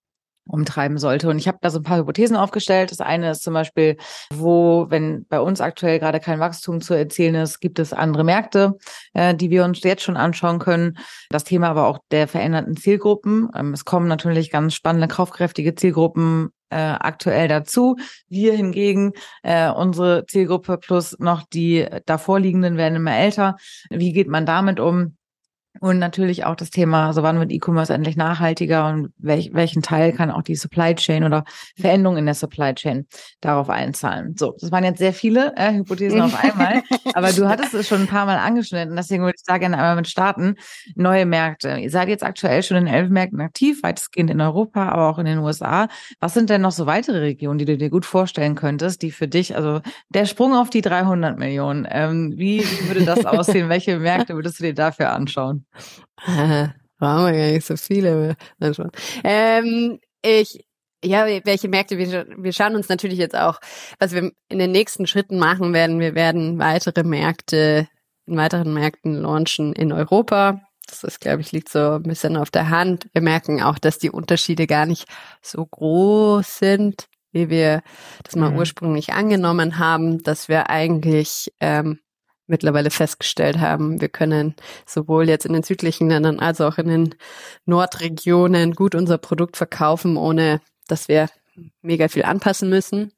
umtreiben sollte. Und ich habe da so ein paar Hypothesen aufgestellt. Das eine ist zum Beispiel, wo, wenn bei uns aktuell gerade kein Wachstum zu erzielen ist, gibt es andere Märkte, äh, die wir uns jetzt schon anschauen können. Das Thema aber auch der veränderten Zielgruppen. Ähm, es kommen natürlich ganz spannende, kaufkräftige Zielgruppen äh, aktuell dazu. Wir hingegen, äh, unsere Zielgruppe plus noch die davorliegenden werden immer älter. Wie geht man damit um? Und natürlich auch das Thema, also wann wird E-Commerce endlich nachhaltiger und welch, welchen Teil kann auch die Supply Chain oder Veränderungen in der Supply Chain darauf einzahlen. So, das waren jetzt sehr viele äh, Hypothesen auf einmal, aber du hattest es schon ein paar Mal angeschnitten, deswegen würde ich da gerne einmal mit starten. Neue Märkte. Ihr seid jetzt aktuell schon in elf Märkten aktiv, weitestgehend in Europa, aber auch in den U S A. Was sind denn noch so weitere Regionen, die du dir gut vorstellen könntest, die für dich, also der Sprung auf die dreihundert Millionen, ähm, wie, wie würde das aussehen? Welche Märkte würdest du dir dafür anschauen? Äh, brauchen wir gar nicht so viele. Ähm, ich, ja, welche Märkte? Wir, wir schauen uns natürlich jetzt auch, was wir in den nächsten Schritten machen werden. Wir werden weitere Märkte, in weiteren Märkten launchen in Europa. Das ist, glaube ich, liegt so ein bisschen auf der Hand. Wir merken auch, dass die Unterschiede gar nicht so groß sind, wie wir das mal mhm. ursprünglich angenommen haben, dass wir eigentlich ähm, mittlerweile festgestellt haben, wir können sowohl jetzt in den südlichen Ländern als auch in den Nordregionen gut unser Produkt verkaufen, ohne dass wir mega viel anpassen müssen.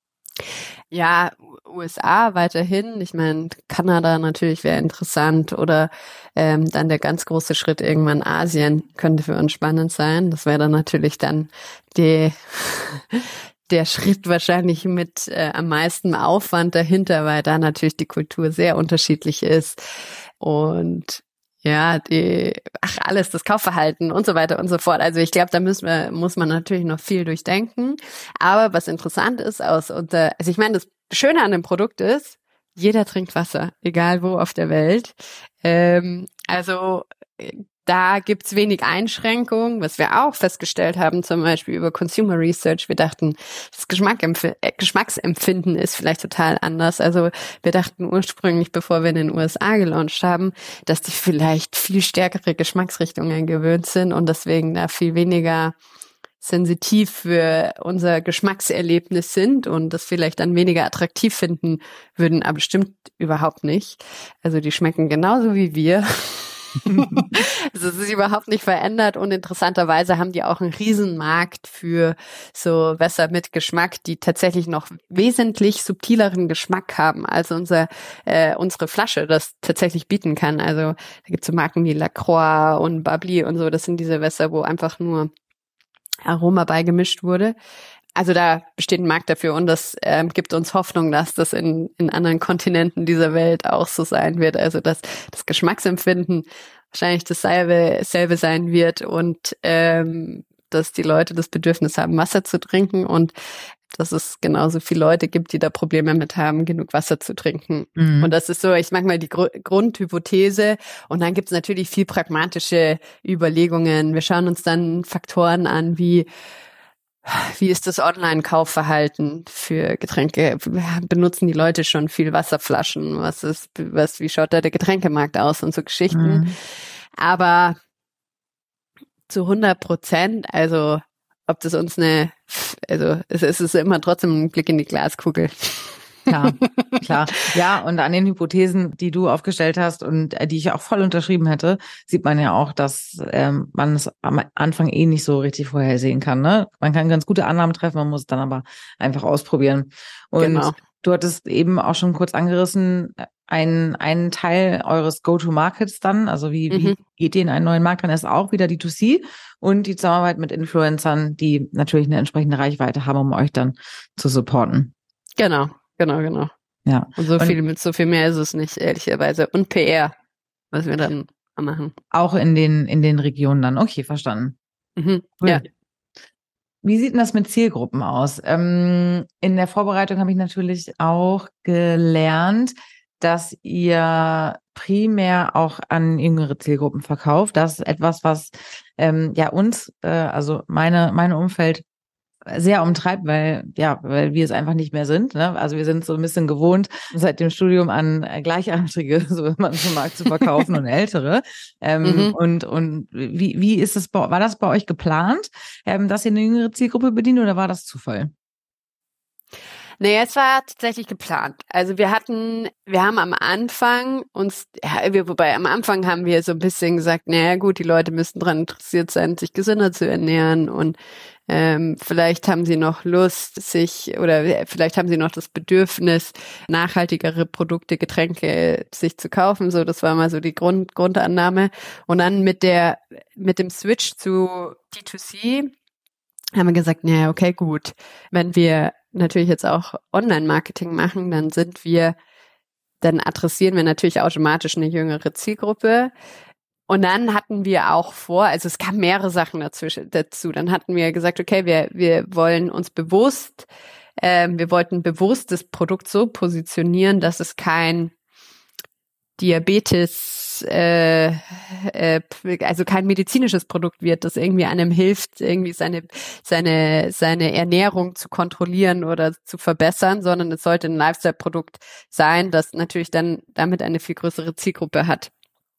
Ja, U S A weiterhin, ich meine, Kanada natürlich wäre interessant oder ähm, dann der ganz große Schritt irgendwann Asien könnte für uns spannend sein. Das wäre dann natürlich dann die der Schritt wahrscheinlich mit äh, am meisten Aufwand dahinter, weil da natürlich die Kultur sehr unterschiedlich ist und ja, die, ach alles, das Kaufverhalten und so weiter und so fort. Also ich glaube, da müssen wir, muss man natürlich noch viel durchdenken. Aber was interessant ist aus unter, also ich meine, das Schöne an dem Produkt ist, jeder trinkt Wasser, egal wo auf der Welt. Ähm, also da gibt's wenig Einschränkungen, was wir auch festgestellt haben, zum Beispiel über Consumer Research. Wir dachten, das Geschmackempf- äh, Geschmacksempfinden ist vielleicht total anders. Also wir dachten ursprünglich, bevor wir in den U S A gelauncht haben, dass die vielleicht viel stärkere Geschmacksrichtungen gewöhnt sind und deswegen da viel weniger sensitiv für unser Geschmackserlebnis sind und das vielleicht dann weniger attraktiv finden würden, aber stimmt überhaupt nicht. Also die schmecken genauso wie wir. Also es ist überhaupt nicht verändert und interessanterweise haben die auch einen Riesenmarkt für so Wässer mit Geschmack, die tatsächlich noch wesentlich subtileren Geschmack haben, als unser äh, unsere Flasche das tatsächlich bieten kann. Also da gibt es so Marken wie Lacroix und Bubbly und so, das sind diese Wässer, wo einfach nur Aroma beigemischt wurde. Also da besteht ein Markt dafür und das ähm, gibt uns Hoffnung, dass das in, in anderen Kontinenten dieser Welt auch so sein wird. Also dass das Geschmacksempfinden wahrscheinlich dasselbe selbe sein wird und ähm, dass die Leute das Bedürfnis haben, Wasser zu trinken und dass es genauso viele Leute gibt, die da Probleme mit haben, genug Wasser zu trinken. Mhm. Und das ist so, ich mag mal die Gr- Grundhypothese. Und dann gibt es natürlich viel pragmatische Überlegungen. Wir schauen uns dann Faktoren an, wie Wie ist das Online-Kaufverhalten für Getränke? Benutzen die Leute schon viel Wasserflaschen? Was ist, was, wie schaut da der Getränkemarkt aus und so Geschichten? Mhm. Aber zu hundert Prozent, also ob das uns eine, also es, es ist immer trotzdem ein Blick in die Glaskugel. Klar, klar. Ja, und an den Hypothesen, die du aufgestellt hast und äh, die ich auch voll unterschrieben hätte, sieht man ja auch, dass ähm, man es am Anfang eh nicht so richtig vorhersehen kann. Ne? Man kann ganz gute Annahmen treffen, man muss es dann aber einfach ausprobieren. Und genau. Du hattest eben auch schon kurz angerissen, ein, ein Teil eures Go-to-Markets dann, also wie, mhm. wie geht ihr in einen neuen Markt, dann ist auch wieder D zwei C und die Zusammenarbeit mit Influencern, die natürlich eine entsprechende Reichweite haben, um euch dann zu supporten. Genau. Genau, genau. Ja. Und so viel, mit so viel mehr ist es nicht, ehrlicherweise. Und P R, was wir dann machen. Auch in den, in den Regionen dann. Okay, verstanden. Mhm. Cool. Ja. Wie sieht denn das mit Zielgruppen aus? Ähm, in der Vorbereitung habe ich natürlich auch gelernt, dass ihr primär auch an jüngere Zielgruppen verkauft. Das ist etwas, was ähm, ja uns, äh, also meine, mein Umfeld sehr umtreibt, weil, ja, weil wir es einfach nicht mehr sind, ne? Also wir sind so ein bisschen gewohnt, seit dem Studium an Gleichaltrige, so wenn man so mag, zu verkaufen und Ältere. Ähm, Mhm. Und, und wie, wie ist es, bei, war das bei euch geplant, ähm, dass ihr eine jüngere Zielgruppe bedient oder war das Zufall? Nee, es war tatsächlich geplant. Also wir hatten, wir haben am Anfang uns, ja, wir, wobei am Anfang haben wir so ein bisschen gesagt, naja gut, die Leute müssten daran interessiert sein, sich gesünder zu ernähren und ähm, vielleicht haben sie noch Lust, sich, oder vielleicht haben sie noch das Bedürfnis, nachhaltigere Produkte, Getränke sich zu kaufen. So, das war mal so die Grund, Grundannahme. Und dann mit der, mit dem Switch zu D zwei C haben wir gesagt, naja, okay, gut, wenn wir natürlich jetzt auch Online-Marketing machen, dann sind wir, dann adressieren wir natürlich automatisch eine jüngere Zielgruppe. Und dann hatten wir auch vor, also es kamen mehrere Sachen dazwischen, dazu. Dann hatten wir gesagt, okay, wir, wir wollen uns bewusst, äh, wir wollten bewusst das Produkt so positionieren, dass es kein Diabetes, äh, äh, also kein medizinisches Produkt wird, das irgendwie einem hilft, irgendwie seine seine seine Ernährung zu kontrollieren oder zu verbessern, sondern es sollte ein Lifestyle-Produkt sein, das natürlich dann damit eine viel größere Zielgruppe hat.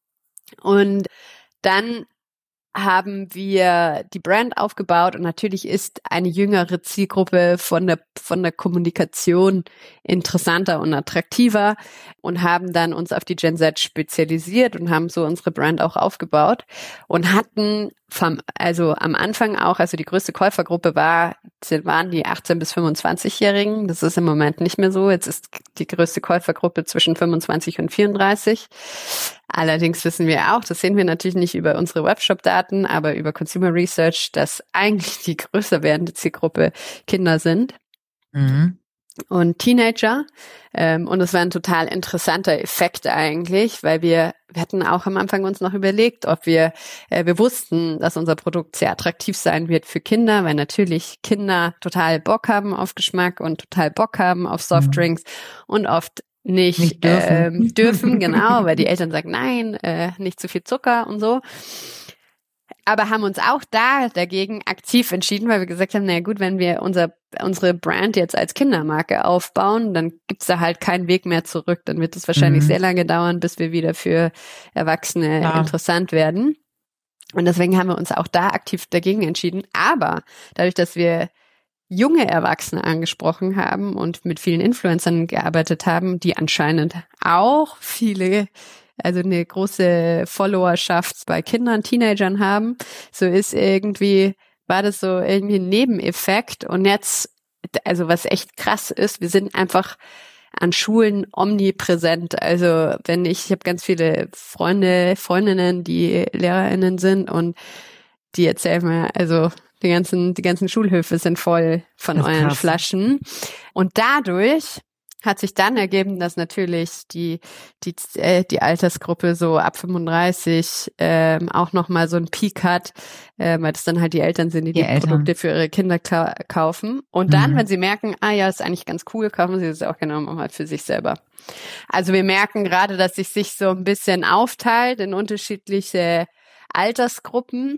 Und dann haben wir die Brand aufgebaut und natürlich ist eine jüngere Zielgruppe von der von der Kommunikation interessanter und attraktiver und haben dann uns auf die Gen Z spezialisiert und haben so unsere Brand auch aufgebaut und hatten vom, also am Anfang auch, also die größte Käufergruppe war, waren die achtzehn bis fünfundzwanzig-Jährigen. Das ist im Moment nicht mehr so. Jetzt ist die größte Käufergruppe zwischen fünfundzwanzig und vierunddreißig. Allerdings wissen wir auch, das sehen wir natürlich nicht über unsere Webshop-Daten, aber über Consumer Research, dass eigentlich die größer werdende Zielgruppe Kinder sind. Mhm. Und Teenager. Ähm, und es war ein total interessanter Effekt eigentlich, weil wir, wir hatten auch am Anfang uns noch überlegt, ob wir, äh, wir wussten, dass unser Produkt sehr attraktiv sein wird für Kinder, weil natürlich Kinder total Bock haben auf Geschmack und total Bock haben auf Softdrinks mhm. und oft nicht, nicht dürfen. Ähm, dürfen, genau, weil die Eltern sagen, nein, äh, nicht zu viel Zucker und so. Aber haben uns auch da dagegen aktiv entschieden, weil wir gesagt haben, naja gut, wenn wir unser, unsere Brand jetzt als Kindermarke aufbauen, dann gibt's da halt keinen Weg mehr zurück. Dann wird es wahrscheinlich mhm. sehr lange dauern, bis wir wieder für Erwachsene ja. interessant werden. Und deswegen haben wir uns auch da aktiv dagegen entschieden. Aber dadurch, dass wir junge Erwachsene angesprochen haben und mit vielen Influencern gearbeitet haben, die anscheinend auch viele, also eine große Followerschaft bei Kindern, Teenagern haben, so ist irgendwie, war das so irgendwie ein Nebeneffekt. Und jetzt, also was echt krass ist, wir sind einfach an Schulen omnipräsent. Also wenn ich, ich habe ganz viele Freunde, Freundinnen, die LehrerInnen sind und die erzählen mir, also die ganzen, die ganzen Schulhöfe sind voll von euren krass. Flaschen. Und dadurch hat sich dann ergeben, dass natürlich die die äh, die Altersgruppe so ab fünfunddreißig ähm, auch noch mal so einen Peak hat, äh, weil das dann halt die Eltern sind, die die, die Produkte für ihre Kinder ka- kaufen. Und dann, mhm. wenn sie merken, ah ja, ist eigentlich ganz cool, kaufen sie das auch genau mal für sich selber. Also wir merken gerade, dass sich sich so ein bisschen aufteilt in unterschiedliche Altersgruppen.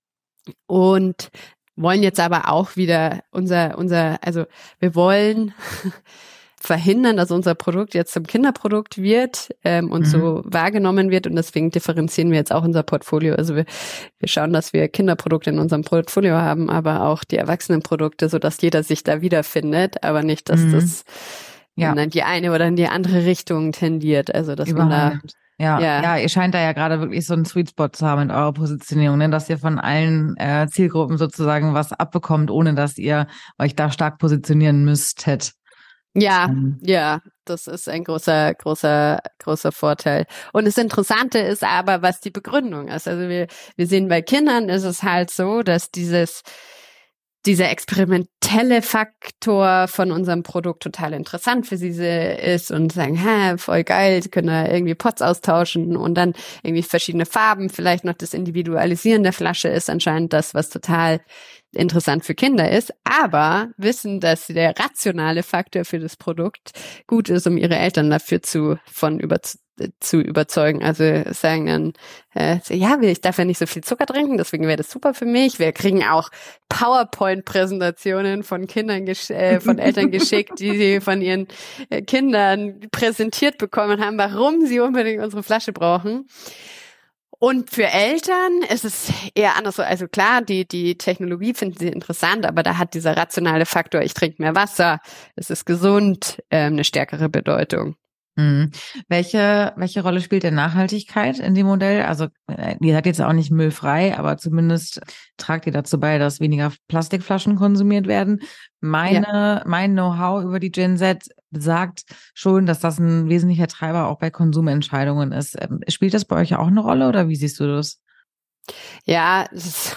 Und wollen jetzt aber auch wieder unser, unser, also wir wollen verhindern, dass unser Produkt jetzt zum Kinderprodukt wird ähm, und mhm. so wahrgenommen wird und deswegen differenzieren wir jetzt auch unser Portfolio. Also wir, wir schauen, dass wir Kinderprodukte in unserem Portfolio haben, aber auch die Erwachsenenprodukte, sodass jeder sich da wiederfindet, aber nicht, dass mhm. das ja. in die eine oder in die andere Richtung tendiert. Also dass Überhaupt. man da Ja, ja, ja, ihr scheint da ja gerade wirklich so einen Sweet Spot zu haben in eurer Positionierung, ne? Dass ihr von allen äh, Zielgruppen sozusagen was abbekommt, ohne dass ihr euch da stark positionieren müsstet. Ja, ähm. ja, das ist ein großer, großer, großer Vorteil. Und das Interessante ist aber, was die Begründung ist. Also wir, wir sehen bei Kindern ist es halt so, dass dieses dieser experimentelle Faktor von unserem Produkt total interessant für sie ist und sagen, hä, voll geil, sie können da irgendwie Pots austauschen und dann irgendwie verschiedene Farben, vielleicht noch das Individualisieren der Flasche ist anscheinend das, was total interessant für Kinder ist, aber wissen, dass der rationale Faktor für das Produkt gut ist, um ihre Eltern dafür zu von über zu überzeugen. Also sagen dann, äh, ja, ich darf ja nicht so viel Zucker trinken, deswegen wäre das super für mich. Wir kriegen auch PowerPoint-Präsentationen von Kindern, gesch- äh, von Eltern geschickt, die sie von ihren äh, Kindern präsentiert bekommen haben, warum sie unbedingt unsere Flasche brauchen. Und für Eltern ist es eher anders so. Also klar, die die Technologie finden sie interessant, aber da hat dieser rationale Faktor, ich trinke mehr Wasser, es ist gesund, äh, eine stärkere Bedeutung. Mhm. Welche, welche Rolle spielt denn Nachhaltigkeit in dem Modell? Also, äh, ihr seid jetzt auch nicht müllfrei, aber zumindest tragt ihr dazu bei, dass weniger Plastikflaschen konsumiert werden. Meine, ja. Mein Know-how über die Gen Z besagt schon, dass das ein wesentlicher Treiber auch bei Konsumentscheidungen ist. Ähm, spielt das bei euch auch eine Rolle oder wie siehst du das? Ja, das ist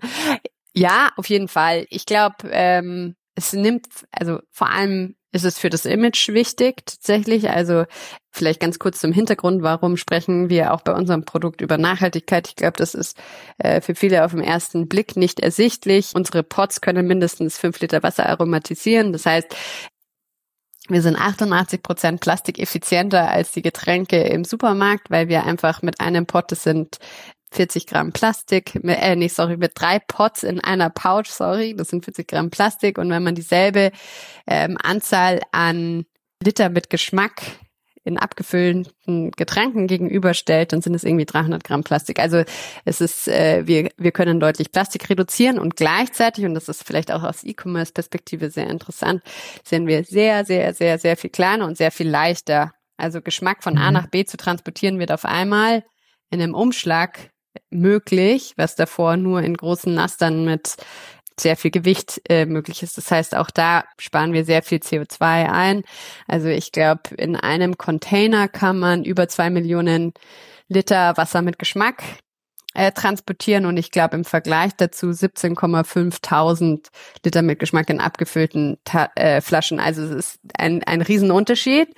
ja, auf jeden Fall. Ich glaube, ähm, es nimmt, also vor allem ist es für das Image wichtig tatsächlich. Also vielleicht ganz kurz zum Hintergrund, warum sprechen wir auch bei unserem Produkt über Nachhaltigkeit? Ich glaube, das ist äh, für viele auf den ersten Blick nicht ersichtlich. Unsere Pods können mindestens fünf Liter Wasser aromatisieren. Das heißt, wir sind achtundachtzig Prozent plastikeffizienter als die Getränke im Supermarkt, weil wir einfach mit einem Pod, das sind vierzig Gramm Plastik, äh, nee, sorry, mit drei Pods in einer Pouch, sorry, das sind vierzig Gramm Plastik. Und wenn man dieselbe ähm, Anzahl an Liter mit Geschmack in abgefüllten Getränken gegenüberstellt, dann sind es irgendwie dreihundert Gramm Plastik. Also es ist, äh, wir wir können deutlich Plastik reduzieren und gleichzeitig, und das ist vielleicht auch aus E-Commerce-Perspektive sehr interessant, sind wir sehr, sehr, sehr, sehr viel kleiner und sehr viel leichter. Also Geschmack von A nach B zu transportieren wird auf einmal in einem Umschlag möglich, was davor nur in großen Nastern mit sehr viel Gewicht äh, möglich ist. Das heißt, auch da sparen wir sehr viel C O zwei ein. Also ich glaube, in einem Container kann man über zwei Millionen Liter Wasser mit Geschmack äh, transportieren und ich glaube im Vergleich dazu siebzehn Komma fünftausend Liter mit Geschmack in abgefüllten Ta- äh, Flaschen. Also es ist ein, ein Riesenunterschied.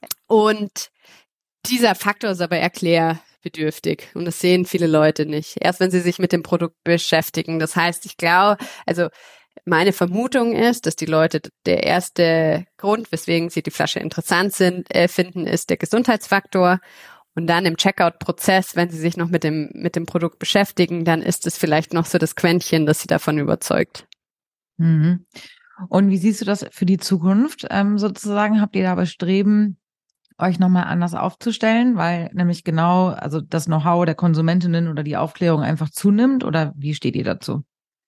Und dieser Faktor ist aber erklär bedürftig und das sehen viele Leute nicht. Erst wenn sie sich mit dem Produkt beschäftigen. Das heißt, ich glaube, also meine Vermutung ist, dass die Leute der erste Grund, weswegen sie die Flasche interessant sind, äh, finden, ist der Gesundheitsfaktor. Und dann im Checkout-Prozess, wenn sie sich noch mit dem mit dem Produkt beschäftigen, dann ist es vielleicht noch so das Quäntchen, das sie davon überzeugt. Mhm. Und wie siehst du das für die Zukunft? Ähm, sozusagen habt ihr da Bestreben, euch nochmal anders aufzustellen, weil nämlich genau, also das Know-how der Konsumentinnen oder die Aufklärung einfach zunimmt, oder wie steht ihr dazu?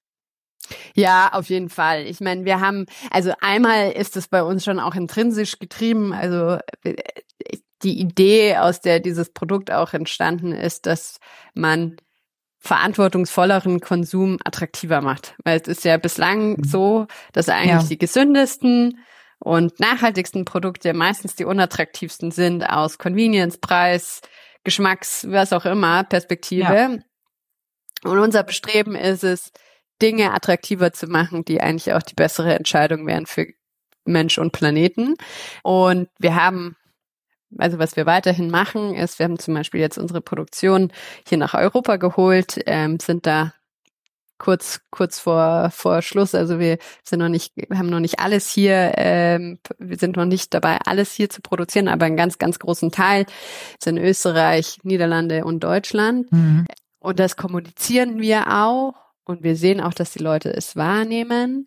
Ja, auf jeden Fall. Ich meine, wir haben, also einmal ist es bei uns schon auch intrinsisch getrieben, also die Idee, aus der dieses Produkt auch entstanden ist, dass man verantwortungsvolleren Konsum attraktiver macht. Weil es ist ja bislang so, dass eigentlich ja. die gesündesten und nachhaltigsten Produkte meistens die unattraktivsten sind aus Convenience, Preis, Geschmacks, was auch immer, Perspektive. Ja. Und unser Bestreben ist es, Dinge attraktiver zu machen, die eigentlich auch die bessere Entscheidung wären für Mensch und Planeten. Und wir haben, also was wir weiterhin machen, ist, wir haben zum Beispiel jetzt unsere Produktion hier nach Europa geholt, ähm, sind da kurz kurz vor vor Schluss, also wir sind noch nicht, wir haben noch nicht alles hier, ähm, wir sind noch nicht dabei, alles hier zu produzieren, aber einen ganz ganz großen Teil sind Österreich, Niederlande und Deutschland. Mhm. Und das kommunizieren wir auch und wir sehen auch, dass die Leute es wahrnehmen.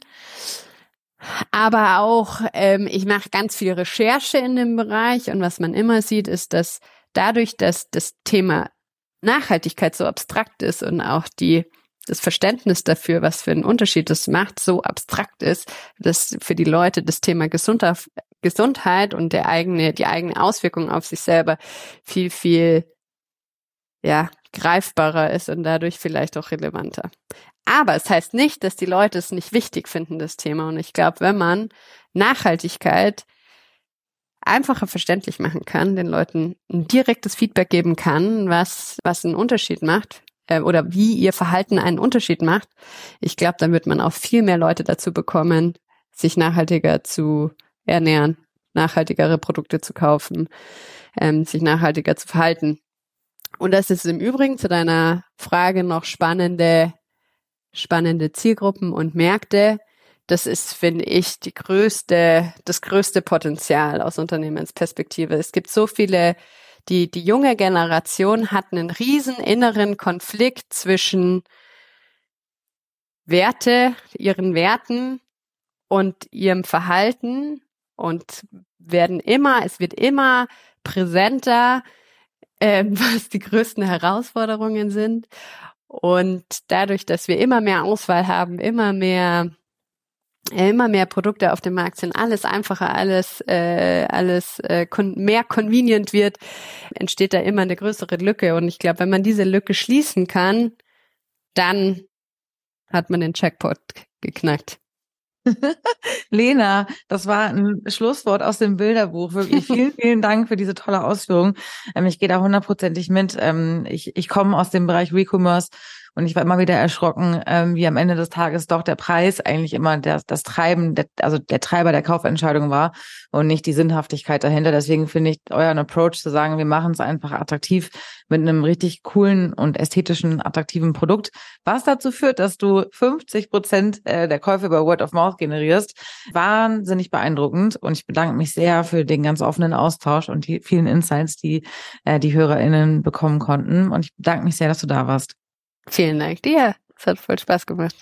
Aber auch, ähm, ich mache ganz viel Recherche in dem Bereich und was man immer sieht, ist, dass dadurch, dass das Thema Nachhaltigkeit so abstrakt ist und auch die das Verständnis dafür, was für einen Unterschied das macht, so abstrakt ist, dass für die Leute das Thema Gesundheit, Gesundheit und der eigene, die eigene Auswirkung auf sich selber viel, viel, ja, greifbarer ist und dadurch vielleicht auch relevanter. Aber es heißt nicht, dass die Leute es nicht wichtig finden, das Thema. Und ich glaube, wenn man Nachhaltigkeit einfacher verständlich machen kann, den Leuten ein direktes Feedback geben kann, was, was einen Unterschied macht, oder wie ihr Verhalten einen Unterschied macht, ich glaube, dann wird man auch viel mehr Leute dazu bekommen, sich nachhaltiger zu ernähren, nachhaltigere Produkte zu kaufen, ähm, sich nachhaltiger zu verhalten. Und das ist im Übrigen zu deiner Frage noch spannende spannende Zielgruppen und Märkte. Das ist, finde ich, die größte, das größte Potenzial aus Unternehmensperspektive. Es gibt so viele, die, die junge Generation hat einen riesen inneren Konflikt zwischen Werte, ihren Werten und ihrem Verhalten und werden immer, es wird immer präsenter, äh, was die größten Herausforderungen sind. Und dadurch, dass wir immer mehr Auswahl haben, immer mehr, äh, immer mehr Produkte auf dem Markt sind, alles einfacher, alles, äh, alles äh, kon- mehr convenient wird, entsteht da immer eine größere Lücke. Und ich glaube, wenn man diese Lücke schließen kann, dann hat man den Jackpot geknackt. Lena, das war ein Schlusswort aus dem Bilderbuch. Wirklich vielen, vielen Dank für diese tolle Ausführung. Ähm, ich gehe da hundertprozentig mit. Ähm, ich, ich komme aus dem Bereich Recommerce und ich war immer wieder erschrocken, ähm, wie am Ende des Tages doch der Preis eigentlich immer das, das Treiben, der, also der Treiber der Kaufentscheidung war und nicht die Sinnhaftigkeit dahinter. Deswegen finde ich euren Approach zu sagen, wir machen es einfach attraktiv mit einem richtig coolen und ästhetischen, attraktiven Produkt, was dazu führt, dass du fünfzig Prozent der Käufe über Word of Mouth generierst. Wahnsinnig beeindruckend und ich bedanke mich sehr für den ganz offenen Austausch und die vielen Insights, die äh, die HörerInnen bekommen konnten. Und ich bedanke mich sehr, dass du da warst. Vielen Dank dir. Es hat voll Spaß gemacht.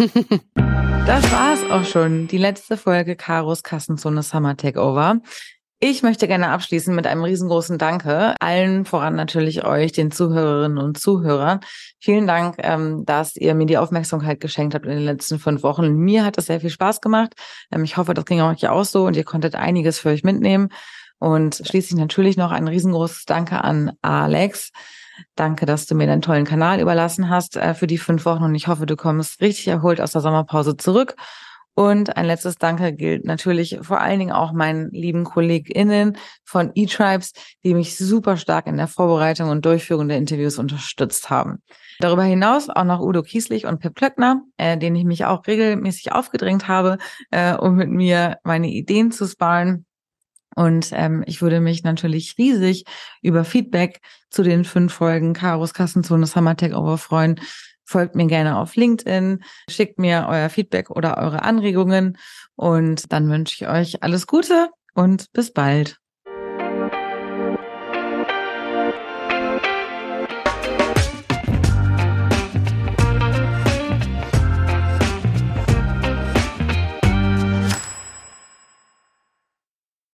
Das war's auch schon. Die letzte Folge Karos Kassenzone Summer Takeover. Ich möchte gerne abschließen mit einem riesengroßen Danke. Allen voran natürlich euch, den Zuhörerinnen und Zuhörern. Vielen Dank, ähm, dass ihr mir die Aufmerksamkeit geschenkt habt in den letzten fünf Wochen. Mir hat es sehr viel Spaß gemacht. Ähm, ich hoffe, das ging euch auch so und ihr konntet einiges für euch mitnehmen. Und schließlich natürlich noch ein riesengroßes Danke an Alex. Danke, dass du mir deinen tollen Kanal überlassen hast äh, für die fünf Wochen und ich hoffe, du kommst richtig erholt aus der Sommerpause zurück. Und ein letztes Danke gilt natürlich vor allen Dingen auch meinen lieben KollegInnen von eTribes, die mich super stark in der Vorbereitung und Durchführung der Interviews unterstützt haben. Darüber hinaus auch noch Udo Kieslich und Pip Klöckner, äh, denen ich mich auch regelmäßig aufgedrängt habe, äh, um mit mir meine Ideen zu sparen. Und ähm, ich würde mich natürlich riesig über Feedback zu den fünf Folgen Karos Kassenzone Summer Takeover freuen. Folgt mir gerne auf LinkedIn, schickt mir euer Feedback oder eure Anregungen und dann wünsche ich euch alles Gute und bis bald.